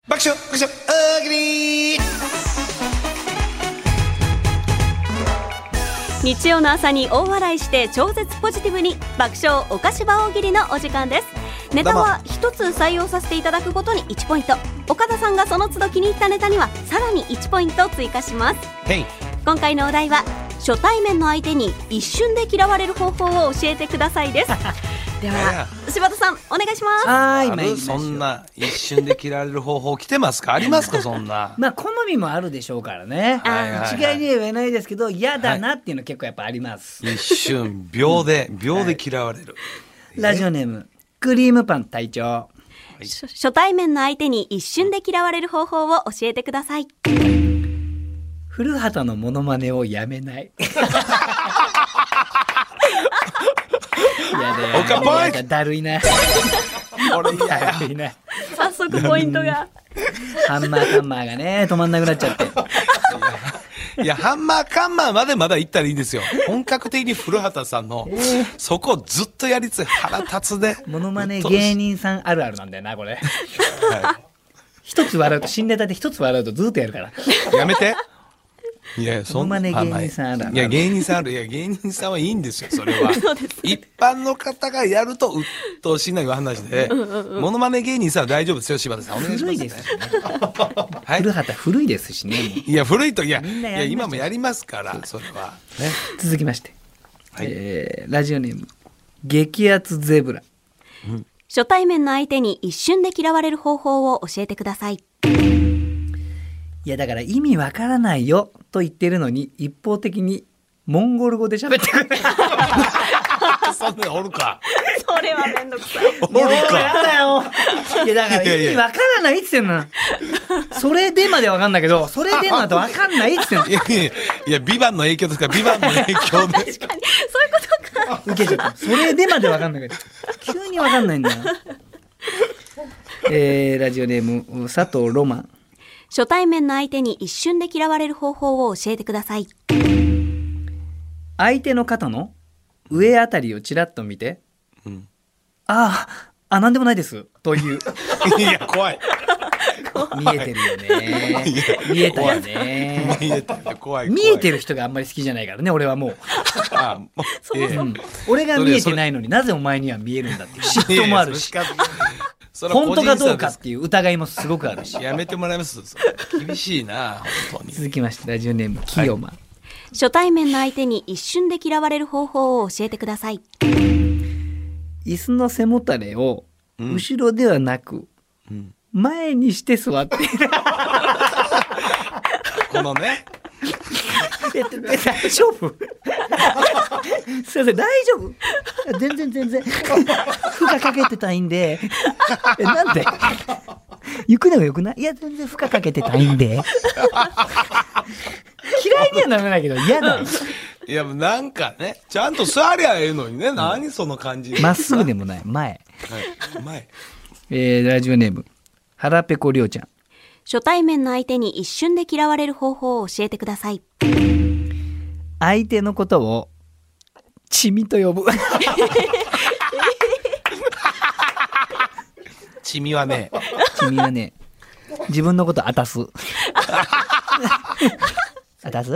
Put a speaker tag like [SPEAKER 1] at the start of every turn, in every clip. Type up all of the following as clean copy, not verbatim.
[SPEAKER 1] 爆笑大喜利。
[SPEAKER 2] 日曜の朝に大笑いして超絶ポジティブに爆笑おかしば大喜利のお時間です。ネタは一つ採用させていただくごとに1ポイント、岡田さんがその都度気に入ったネタにはさらに1ポイント追加します。今回のお題は初対面の相手に一瞬で嫌われる方法を教えてくださいですでは柴田さんお願いします。
[SPEAKER 1] そんな一瞬で嫌われる方法来てますか？ありますか？そんな
[SPEAKER 3] まあ好みもあるでしょうからね、一概には言えないですけど嫌だなっていうの結構やっぱあります、
[SPEAKER 1] 一瞬秒で嫌われる、
[SPEAKER 3] ラジオネームクリームパン隊長、
[SPEAKER 2] 初対面の相手に一瞬で嫌われる方法を教えてください。
[SPEAKER 3] 古畑のモノマネをやめない
[SPEAKER 1] 岡ポイント
[SPEAKER 3] だるいな
[SPEAKER 1] 俺嫌や
[SPEAKER 3] だるいな
[SPEAKER 2] 早速ポイントが
[SPEAKER 3] ハンマーがね止まんなくなっちゃって
[SPEAKER 1] いやハンマーカンマーまでまだ行ったらいいですよ。本格的に古畑さんの、そこをずっとやりつつ腹立つで
[SPEAKER 3] モノマネ芸人さんあるあるなんだよなこれ、一つ笑うと新ネタで一つ笑うとずっとやるから
[SPEAKER 1] やめて。いや
[SPEAKER 3] モノマネ芸人さんあるある、
[SPEAKER 1] いや芸人さんある、いや芸人さんはいいんですよそれは一般の方がやるとうっとうしいないう話で、モノマネ芸人さんは大丈夫ですよ。柴田さんお願いします、
[SPEAKER 3] 古いですしね古畑古いですしね
[SPEAKER 1] いや古いといや
[SPEAKER 3] 今
[SPEAKER 1] もやりますからそれはね。
[SPEAKER 3] 続きまして、ラジオネーム激アツゼブラ、
[SPEAKER 2] 初対面の相手に一瞬で嫌われる方法を教えてください。
[SPEAKER 3] いやだから意味わからないよと言ってるのに一方的にモンゴル語で喋ってくる
[SPEAKER 1] そんなおるか。
[SPEAKER 2] それはめんどくさい。
[SPEAKER 1] おるか。
[SPEAKER 3] やだよ。いやだから意味わからないって言ってんの。それでまでわかんないけど、それでまでわかんないって言ってんの。
[SPEAKER 1] いやビバンの影響ですから、ビバンの影響で。
[SPEAKER 2] 確かにそういうことか。
[SPEAKER 3] 受けちゃった。それでまでわかんないけど、急にわかんないんだよ。ラジオネーム佐藤ロマン。
[SPEAKER 2] 初対面の相手に一瞬で嫌われる方法を教えてください。
[SPEAKER 3] 相手の肩の上あたりをちらっと見て、なんでもないですという。
[SPEAKER 1] いや怖い。
[SPEAKER 3] 見えてるよね。見えたよね。
[SPEAKER 1] 怖い。
[SPEAKER 3] 見えてる人があんまり好きじゃないからね俺はもう。俺が見えてないのになぜお前には見えるんだっていう嫉妬もあるし。本当かどうかっていう疑いもすごくあるし。
[SPEAKER 1] やめてもらいます。厳しいな本当に。
[SPEAKER 3] 続きましてラジオネームキヨマ、
[SPEAKER 2] 初対面の相手に一瞬で嫌われる方法を教えてください。
[SPEAKER 3] 椅子の背もたれを後ろではなく、前にして座っている
[SPEAKER 1] このね
[SPEAKER 3] 大丈夫すいません大丈夫全然負荷かけてたいんでなんで行くのがよくない？いや全然負荷かけてたいんで嫌いにはならないけど嫌だ。
[SPEAKER 1] いやなんかねちゃんと座りゃええのにね、何その感じ。
[SPEAKER 3] まっすぐでもない前、
[SPEAKER 1] 前。
[SPEAKER 3] ラジオネーム腹ペコりょうちゃん、
[SPEAKER 2] 初対面の相手に一瞬で嫌われる方法を教えてください。
[SPEAKER 3] 相手のことをチミと呼ぶ
[SPEAKER 1] チミはね
[SPEAKER 3] 自分のことあたすあたす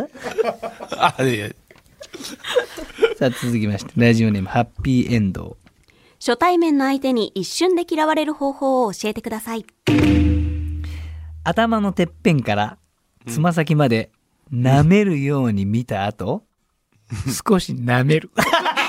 [SPEAKER 3] さあ続きましてラジオネームハッピーエンド、
[SPEAKER 2] 初対面の相手に一瞬で嫌われる方法を教えてください。
[SPEAKER 3] 頭のてっぺんからつま先まで舐めるように見た後、少し舐める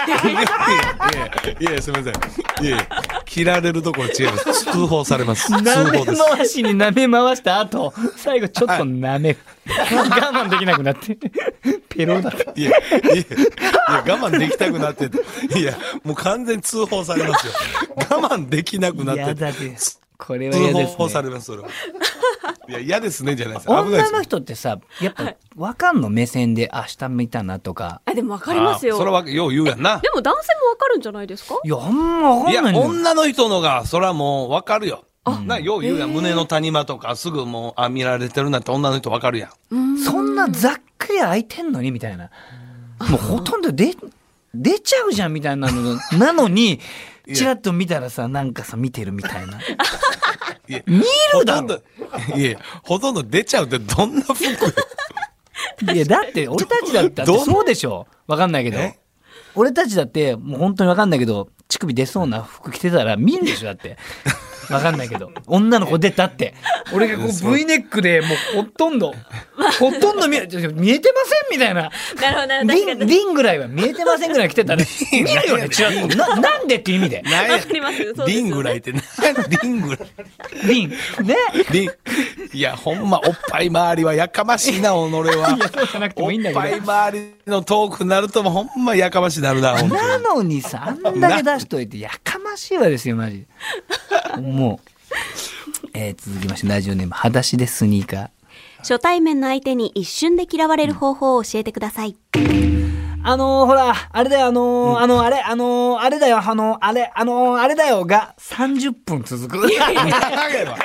[SPEAKER 1] いやすみません。いや切られるところ違います。通報されます。
[SPEAKER 3] 舐め回しに舐め回した後最後ちょっと舐める、我慢できなくなってペロだった。
[SPEAKER 1] いや我慢できたくなってて、いやもう完全に通報されますよ。我慢できなくなってて
[SPEAKER 3] これは嫌ですね。
[SPEAKER 1] 通報されますそれは。いや嫌ですねじゃないですか。
[SPEAKER 3] 女の人ってさやっぱ分かんの、目線で下見たなとか。
[SPEAKER 2] でも分かりますよ。
[SPEAKER 1] それはよう言うやんな。
[SPEAKER 2] でも男性も分かるんじゃないですか？
[SPEAKER 3] いやあんま分かんないのよ。
[SPEAKER 1] いや女の人のがそれはもう分かるよ。よう言うやん、胸の谷間とかすぐもう見られてるなんて女の人分かるやん。
[SPEAKER 3] そんなざっくり開いてんのにみたいな、もうほとんど出ちゃうじゃんみたいなのなのにチラッと見たらさなんかさ見てるみたいな。
[SPEAKER 1] いや
[SPEAKER 3] 見るだろ
[SPEAKER 1] ほとんどいやほとんど出ちゃうってどんな服よ
[SPEAKER 3] いやだって俺たちだってそうでしょ。わかんないけど俺たちだってもう本当にわかんないけど乳首出そうな服着てたら見るでしょだってわかんないけど女の子出たって俺がこう V ネックでもうほとんど見えてませんみたいな
[SPEAKER 2] なるほどなるほど。
[SPEAKER 3] リンぐらいは見えてませんぐらい着てたら見るよねちらっとなんでっていう意味で
[SPEAKER 1] なんや
[SPEAKER 2] わかります。そうです
[SPEAKER 1] リンぐらいってリンぐらい
[SPEAKER 3] リンね
[SPEAKER 1] リンいやほんまおっぱい周りはやかましいな己はい
[SPEAKER 3] やそうじゃなくてもいいんだけど
[SPEAKER 1] おっぱい周りのトークになるとほんまやかましいなるなほんとに
[SPEAKER 3] なのにさあんだけ出しといてやかましいわですよマジもう、続きましてラジオネーム裸足でスニーカー。
[SPEAKER 2] 初対面の相手に一瞬で嫌われる方法を教えてください。
[SPEAKER 3] ほらあれだよあれだよあれだよが30分続くい
[SPEAKER 1] 長いわ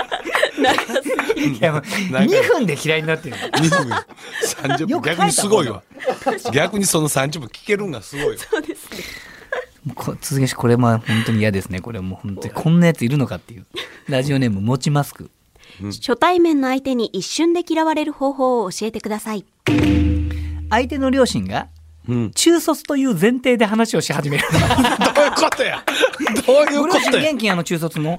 [SPEAKER 3] やもう2分で嫌いになってる
[SPEAKER 1] 2分30分
[SPEAKER 3] よく書いた
[SPEAKER 1] 逆にすごいわ逆にその30分聞けるんがすごいわ
[SPEAKER 2] そうですね。
[SPEAKER 3] 続けしこれも本当に嫌ですねこれもう本当にこんなやついるのかっていうラジオネームもちマスク。
[SPEAKER 2] 初対面の相手に一瞬で嫌われる方法を教えてください。
[SPEAKER 3] 相手の両親が中卒という前提で話をし始める
[SPEAKER 1] どういうことやどういう
[SPEAKER 3] ご両親
[SPEAKER 1] ことや
[SPEAKER 3] 元気中卒の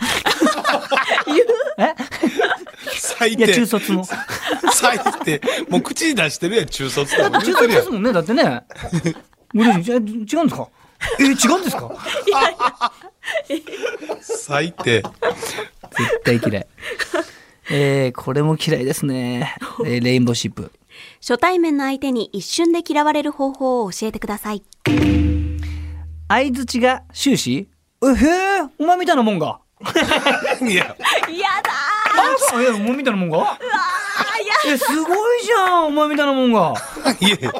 [SPEAKER 1] 最
[SPEAKER 3] いや中
[SPEAKER 1] 低
[SPEAKER 3] 卒の
[SPEAKER 1] 最低もう口に出してるやん中卒とか
[SPEAKER 3] 中
[SPEAKER 1] 言ってるやん
[SPEAKER 3] 卒ですもんねだってねご両親違うんですか違うんですか
[SPEAKER 1] 最低
[SPEAKER 3] 絶対嫌いこれも嫌いですね、レインボーシップ。
[SPEAKER 2] 初対面の相手に一瞬で嫌われる方法を教えてください。
[SPEAKER 3] 相づちが終始へえお前みたいなもんが
[SPEAKER 1] いや
[SPEAKER 2] やだ
[SPEAKER 3] いやお前みたいなもんがすごいじゃんお前みたいなもんが
[SPEAKER 1] いや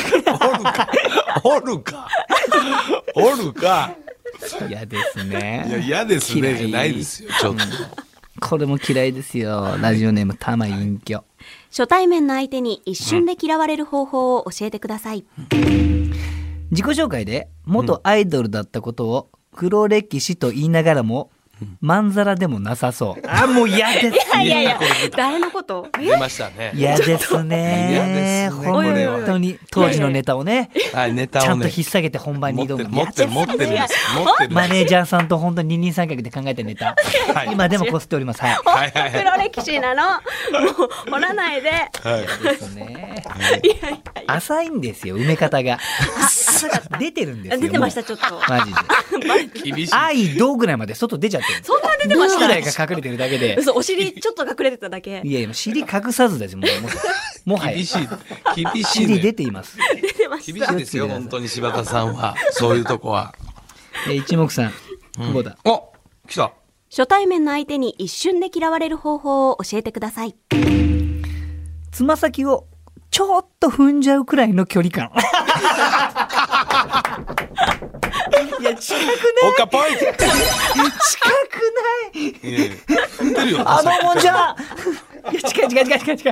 [SPEAKER 1] おるか
[SPEAKER 3] 嫌ですね
[SPEAKER 1] いや嫌ですねじゃないですよちょっと
[SPEAKER 3] これも嫌いですよラジオネームたま隠居。
[SPEAKER 2] 初対面の相手に一瞬で嫌われる方法を教えてください。
[SPEAKER 3] 自己紹介で元アイドルだったことを黒歴史と言いながらもまんざらでもなさそうもう嫌です
[SPEAKER 2] いや誰のこと？
[SPEAKER 1] 出ましたね
[SPEAKER 3] 嫌ですね
[SPEAKER 1] 嫌ですねこれは
[SPEAKER 3] 本当に当時のネタをね
[SPEAKER 1] はいネタ
[SPEAKER 3] ちゃんと
[SPEAKER 1] をね
[SPEAKER 3] 引っ提げて本番に挑む
[SPEAKER 1] 持ってる
[SPEAKER 3] マネージャーさんと本当に二人三脚で考えたネタ、
[SPEAKER 1] はい
[SPEAKER 3] 今でもこすっておりますはい
[SPEAKER 1] はいはいはい
[SPEAKER 2] 黒歴史なのもう掘らないで。
[SPEAKER 1] はい
[SPEAKER 3] ですね浅いんですよ埋め方が出てるんですよ
[SPEAKER 2] 出てましたちょっと。
[SPEAKER 3] もうマジで
[SPEAKER 1] 厳しい
[SPEAKER 3] 愛どぐらいまで外出ちゃってる
[SPEAKER 2] そんな出てました。
[SPEAKER 3] ぐらいが隠れてるだけで
[SPEAKER 2] 嘘お尻ちょっと隠れてただけ。
[SPEAKER 3] いやいや尻隠さずですもうもはや
[SPEAKER 1] 厳しい
[SPEAKER 3] 尻出
[SPEAKER 1] ね
[SPEAKER 3] ています
[SPEAKER 2] 出てまし
[SPEAKER 1] 厳しいですよ本当に柴田さんはそういうとこは
[SPEAKER 3] 一目散久保田。
[SPEAKER 1] お来た
[SPEAKER 2] 初対面の相手に一瞬で嫌われる方法を教えてください。
[SPEAKER 3] つま先をちょっと踏んじゃうくらいの距離感いや近くない
[SPEAKER 1] おかぽい
[SPEAKER 3] 近くない
[SPEAKER 1] いやいや踏んでるよ
[SPEAKER 3] もんじゃいや近い
[SPEAKER 1] 近い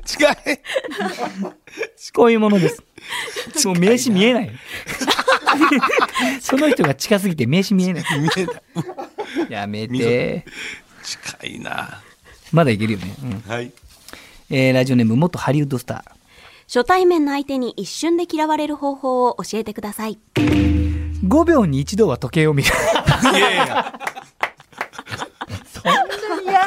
[SPEAKER 3] こういうものですもう名刺見えないその人が近すぎて名刺見えない
[SPEAKER 1] 見えない
[SPEAKER 3] やめて
[SPEAKER 1] 近いな
[SPEAKER 3] まだいけるよね、
[SPEAKER 1] はい
[SPEAKER 3] ラジオネーム元ハリウッドスター。
[SPEAKER 2] 初対面の相手に一瞬で嫌われる方法を教えてください。
[SPEAKER 3] 5秒に一度は時計を見る
[SPEAKER 1] いやいや
[SPEAKER 3] そんなに嫌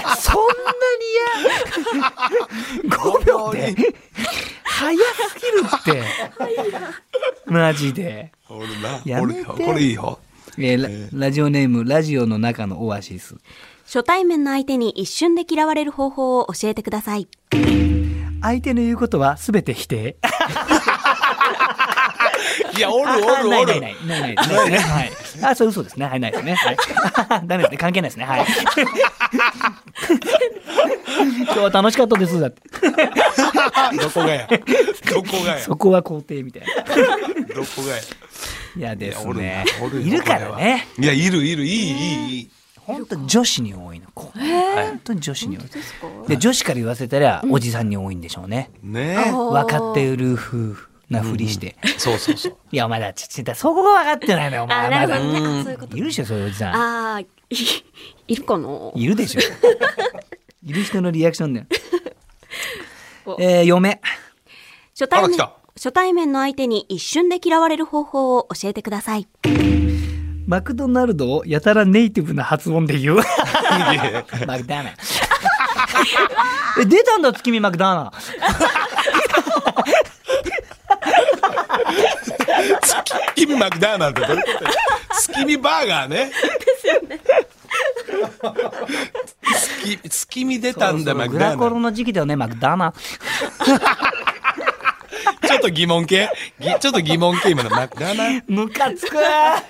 [SPEAKER 3] 5秒で早すぎるってマジで
[SPEAKER 1] おるな
[SPEAKER 3] やめて
[SPEAKER 1] これいいよ
[SPEAKER 3] ラジオネームラジオの中のオアシス。
[SPEAKER 2] 初対面の相手に一瞬で嫌われる方法を教えてください。
[SPEAKER 3] 相手の言うことは全て否定
[SPEAKER 1] いやおる
[SPEAKER 3] ないはいあそれ嘘ですねはいないですねはいダメですね関係ないですねはい今日は楽しかったですだって
[SPEAKER 1] どこがや
[SPEAKER 3] そこは肯定みたいな
[SPEAKER 1] どこがや
[SPEAKER 3] 嫌ですね
[SPEAKER 1] おる
[SPEAKER 3] いるからね
[SPEAKER 1] いやいるいい
[SPEAKER 3] 本当女子に多いの本当に女子に多いで女子から言わせたらおじさんに多いんでしょうね
[SPEAKER 1] ね
[SPEAKER 3] 分かっている風なふりして
[SPEAKER 1] そう
[SPEAKER 3] いやお前だそこが分かってないのよお前まだ
[SPEAKER 2] なるほどね。そういうこと。
[SPEAKER 3] いるでしょそういうおじさん
[SPEAKER 2] ああいるかな。
[SPEAKER 3] いるでしょ。いる人のリアクションだよ。
[SPEAKER 2] お
[SPEAKER 3] 嫁。
[SPEAKER 2] 初対面
[SPEAKER 1] 来た
[SPEAKER 2] 初対面の相手に一瞬で嫌われる方法を教えてください。
[SPEAKER 3] マクドナルドをやたらネイティブな発音で言う。マクダーナ。出たんだ月見マクダーナ。
[SPEAKER 1] 月見マクダーナってどういうことや。月見バーガーね。ですよね。月見出たんだ。
[SPEAKER 3] そうそう
[SPEAKER 1] マクダーナ。
[SPEAKER 3] グラコロの時期だよねマクダーナ。
[SPEAKER 1] ちょっと疑問系ちょっと疑問系今のマクダーナ。
[SPEAKER 3] ムカつく。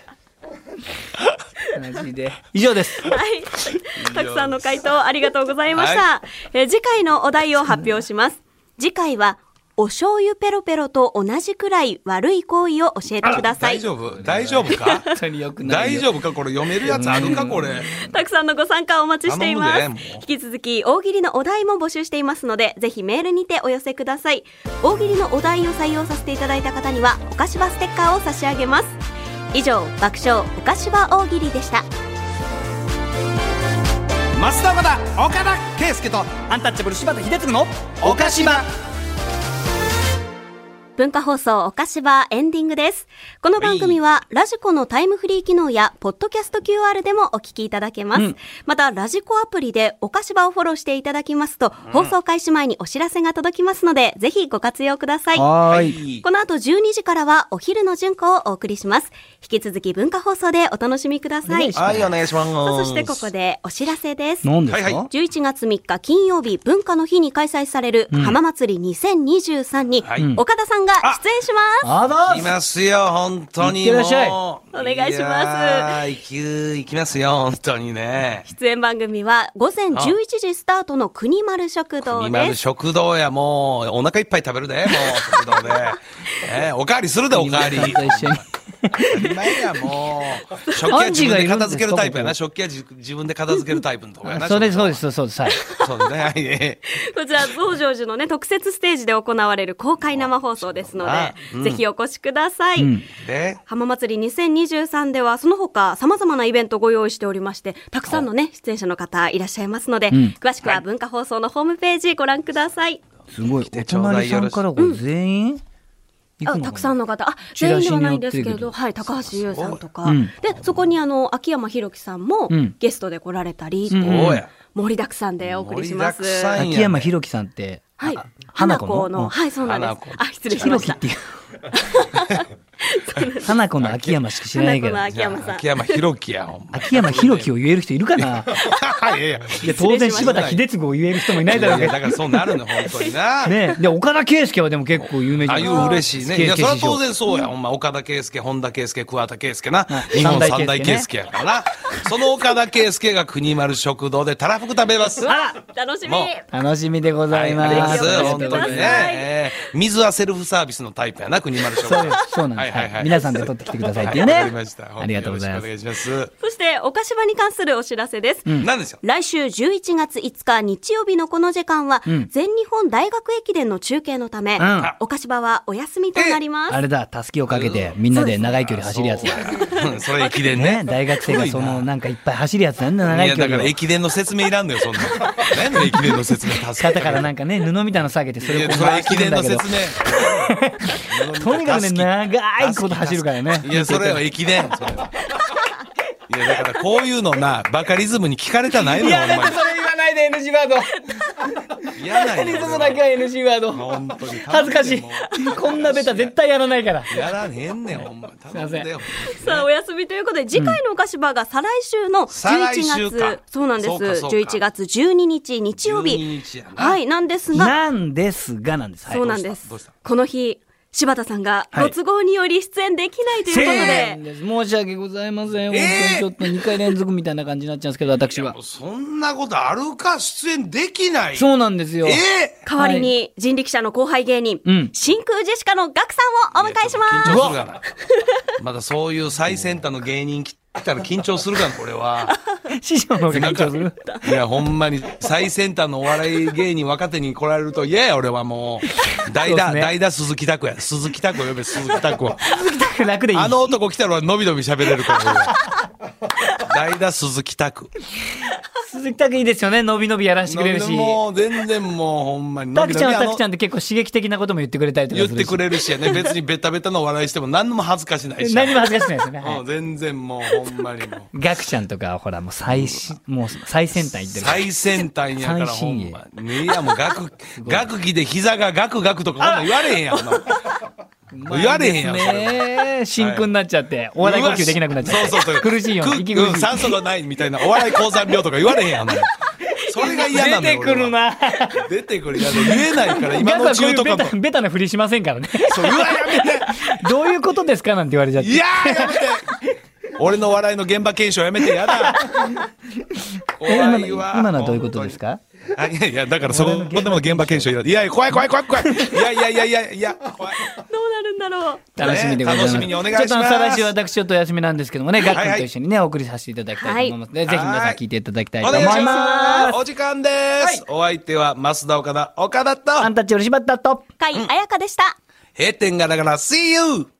[SPEAKER 3] マジで。以上です。
[SPEAKER 2] はい。たくさんの回答ありがとうございました。次回のお題を発表します。次回はお醤油ペロペロと同じくらい悪い行為を教えてください。
[SPEAKER 1] 大丈夫か
[SPEAKER 3] 本当によくないよ。
[SPEAKER 1] 大丈夫かこれ読めるやつあるかこれ。
[SPEAKER 2] たくさんのご参加お待ちしています。
[SPEAKER 1] 頼むでもう
[SPEAKER 2] 引き続き大喜利のお題も募集していますので、ぜひメールにてお寄せください。大喜利のお題を採用させていただいた方にはおかしばステッカーを差し上げます。以上、爆笑おかしば大喜利でした。
[SPEAKER 3] 増田岡田岡田圭佑とアンタッチャブル柴田秀嗣の岡島。
[SPEAKER 2] 文化放送おかしばエンディングです。この番組はラジコのタイムフリー機能やポッドキャスト QR でもお聞きいただけます。またラジコアプリでおかしばをフォローしていただきますと、放送開始前にお知らせが届きますので、ぜひご活用ください。
[SPEAKER 3] はい。
[SPEAKER 2] この後12時からはお昼の順子をお送りします。引き続き文化放送でお楽しみください。
[SPEAKER 1] はいお願いします。
[SPEAKER 2] そしてここでお知らせです。
[SPEAKER 3] 何ですか。
[SPEAKER 1] はいはい
[SPEAKER 2] 11月3日金曜日文化の日に開催される浜祭り2023に、
[SPEAKER 1] はい
[SPEAKER 2] 岡田さんが出演します。
[SPEAKER 3] あだ
[SPEAKER 1] 行きますよ本当に。
[SPEAKER 3] 行ってらっしゃい
[SPEAKER 1] もう
[SPEAKER 2] お願いします
[SPEAKER 1] 行きますよ本当にね。
[SPEAKER 2] 出演番組は午前11時スタートの国丸食堂
[SPEAKER 1] 国丸
[SPEAKER 2] です。
[SPEAKER 1] 食堂やもうお腹いっぱい食べるでもう食堂で、おかわりするでおかわり。
[SPEAKER 3] と一緒に。
[SPEAKER 1] 当たり前やもう食器は自分で片付けるタイプやな。食器は自分で片付けるタイプのとこやな。
[SPEAKER 3] そうですそうですそうです。はい。
[SPEAKER 1] そうですねはい
[SPEAKER 2] こちら増上寺のね特設ステージで行われる公開生放送ですので、ぜひお越しください。
[SPEAKER 1] で
[SPEAKER 2] 浜祭り2023ではその他様々なイベントをご用意しておりまして、たくさんのね出演者の方いらっしゃいますので、詳しくは文化放送のホームページご覧ください。
[SPEAKER 3] すごい。お隣さんからこう全員行くのかな。
[SPEAKER 2] たくさんの方、全員ではないんですけど、はい、高橋優さんとか、でそこに秋山博樹さんもゲストで来られたり、
[SPEAKER 1] そうや
[SPEAKER 2] 盛りだくさんでお送りします。
[SPEAKER 1] 盛りだくさん
[SPEAKER 3] 秋山博樹さんって
[SPEAKER 2] はい、
[SPEAKER 3] 花子の
[SPEAKER 2] はい、そうなんです。失礼しました。
[SPEAKER 3] 博樹っていう。花子の秋山しか知らないけど。
[SPEAKER 2] 花子の秋山さん。
[SPEAKER 1] 秋山博樹やほんま。
[SPEAKER 3] 秋山博樹を言える人いるかな。
[SPEAKER 1] いやいや
[SPEAKER 3] いや当然柴田秀嗣を言える人もいないだろうけど。
[SPEAKER 1] だからそうなるの本当にな。
[SPEAKER 3] ね、で岡田圭佑はでも結構有名じゃない。
[SPEAKER 1] ああいう嬉しいね。いやそれは当然そうや。ほんま岡田圭佑、本田圭佑、桑田圭佑な。日本三大圭佑やからな。その岡田圭佑が国丸食堂でたらふく食べます。
[SPEAKER 2] 楽しみ。
[SPEAKER 3] 楽しみでございま
[SPEAKER 2] はい
[SPEAKER 3] す。
[SPEAKER 1] 本当にね。水はセルフサービスのタイプやな国丸食堂。
[SPEAKER 3] そうなんです。はい皆さんで取ってきてくださいっていうね。
[SPEAKER 1] わかりました。
[SPEAKER 3] ありがとうございます。
[SPEAKER 1] お願いします。
[SPEAKER 2] そしておかしばに関するお知らせです。
[SPEAKER 1] 何ですよ。
[SPEAKER 2] 来週11月5日日曜日のこの時間は、全日本大学駅伝の中継のため、おかしばはお休みとなります。
[SPEAKER 3] あれだ、たすきをかけてみんなで長い距離走るやつだ。
[SPEAKER 1] それ駅伝ね。
[SPEAKER 3] 大学生がそのなんかいっぱい走るやつなんだ、長い距離。
[SPEAKER 1] いやだから駅伝の説明いらんのよそんな。何の駅伝の説明。
[SPEAKER 3] 肩からなんかね布みたいなの下げてそれを
[SPEAKER 1] それ駅伝の説明。
[SPEAKER 3] とにかくね長いこと走るからね。
[SPEAKER 1] いやそれは駅伝。いやだからこういうのなバカリズムに聞かれたないのよ。
[SPEAKER 3] いやだってそれ言わないで NG ワード。
[SPEAKER 1] 嫌な
[SPEAKER 3] バカリズムだけは NG ワード。
[SPEAKER 1] 本当に
[SPEAKER 3] 恥ずかしい。こんなベタ絶対やらないから。
[SPEAKER 1] やらへんねんほんま。頼んでよ。
[SPEAKER 2] さあお休みということで次回のおかしばが再来週の11月、そうなんです。11月12日日曜日。はいなんですが。
[SPEAKER 3] なんですがなんです。
[SPEAKER 2] そうなんです。この日。柴田さんがご都合により出演できないということで、
[SPEAKER 3] 申し訳ございません。本当にちょっと2回連続みたいな感じになっちゃうんですけど、私は。
[SPEAKER 1] そんなことあるか出演できない。
[SPEAKER 3] そうなんですよ。
[SPEAKER 2] 代わりに人力車の後輩芸人、真空ジェシカのガクさんをお迎えします。
[SPEAKER 1] 緊張するかな。まだそういう最先端の芸人来たら緊張するかなこれは。
[SPEAKER 3] 師匠の方が緊張する。
[SPEAKER 1] いやほんまに最先端のお笑い芸人若手に来られると嫌や俺はもう代打鈴木拓也鈴木拓也呼べ鈴木拓也
[SPEAKER 3] 楽でいい。
[SPEAKER 1] あの男来たら伸び伸び喋れるから代打鈴木拓
[SPEAKER 3] 鈴木拓いいですよね。伸び伸びやらせてくれるし。
[SPEAKER 1] もう全然もうほんまに。
[SPEAKER 3] 拓ちゃんは拓ちゃんって結構刺激的なことも言ってくれたりとかするし。
[SPEAKER 1] 言ってくれるしね。別にベタベタの笑いしても何も恥ずかしないし。
[SPEAKER 3] 何も恥ずかしくないですよね。
[SPEAKER 1] もう全然もうほんまにもう。
[SPEAKER 3] ガクちゃんとかほらもう最先端行ってる。
[SPEAKER 1] 最先端やからほんま。ねいやもう学期で膝がガクガクとかほんま言われへんやん。言われへんやん。
[SPEAKER 3] ね真空になっちゃって、お笑い呼吸できなくなっちゃって。そう苦しいよ。息苦しい。
[SPEAKER 1] 酸素がないみたいなお笑い高山病とか言われへんやん。それが嫌なのよ。
[SPEAKER 3] 出てくるな。
[SPEAKER 1] 出てくる。いや言えないから今のうちとかも。
[SPEAKER 3] ベタなふりしませんからね。
[SPEAKER 1] そうやめて。
[SPEAKER 3] どういうことですかなんて言われちゃって。
[SPEAKER 1] いややめて。俺の笑いの現場検証やめてやだ。怖いわ。
[SPEAKER 3] 今のはどういうことですか？
[SPEAKER 1] いやだからそこでも現場検証いや怖い。いや怖い。
[SPEAKER 2] どうなるんだろう。
[SPEAKER 3] 楽しみでございます。
[SPEAKER 1] 楽しみにお願いします。
[SPEAKER 3] ちょっと来週私ちょっと休みなんですけどもね、ガックンと一緒にねお送りさせていただきたいと思いますので、ぜひ皆さん聞いていただきたいと思います。
[SPEAKER 1] お時間です。お相手は増田岡田と
[SPEAKER 3] アンタッチョル柴田と
[SPEAKER 2] 甲斐彩香でした。
[SPEAKER 1] 閉店ガラガラ See you。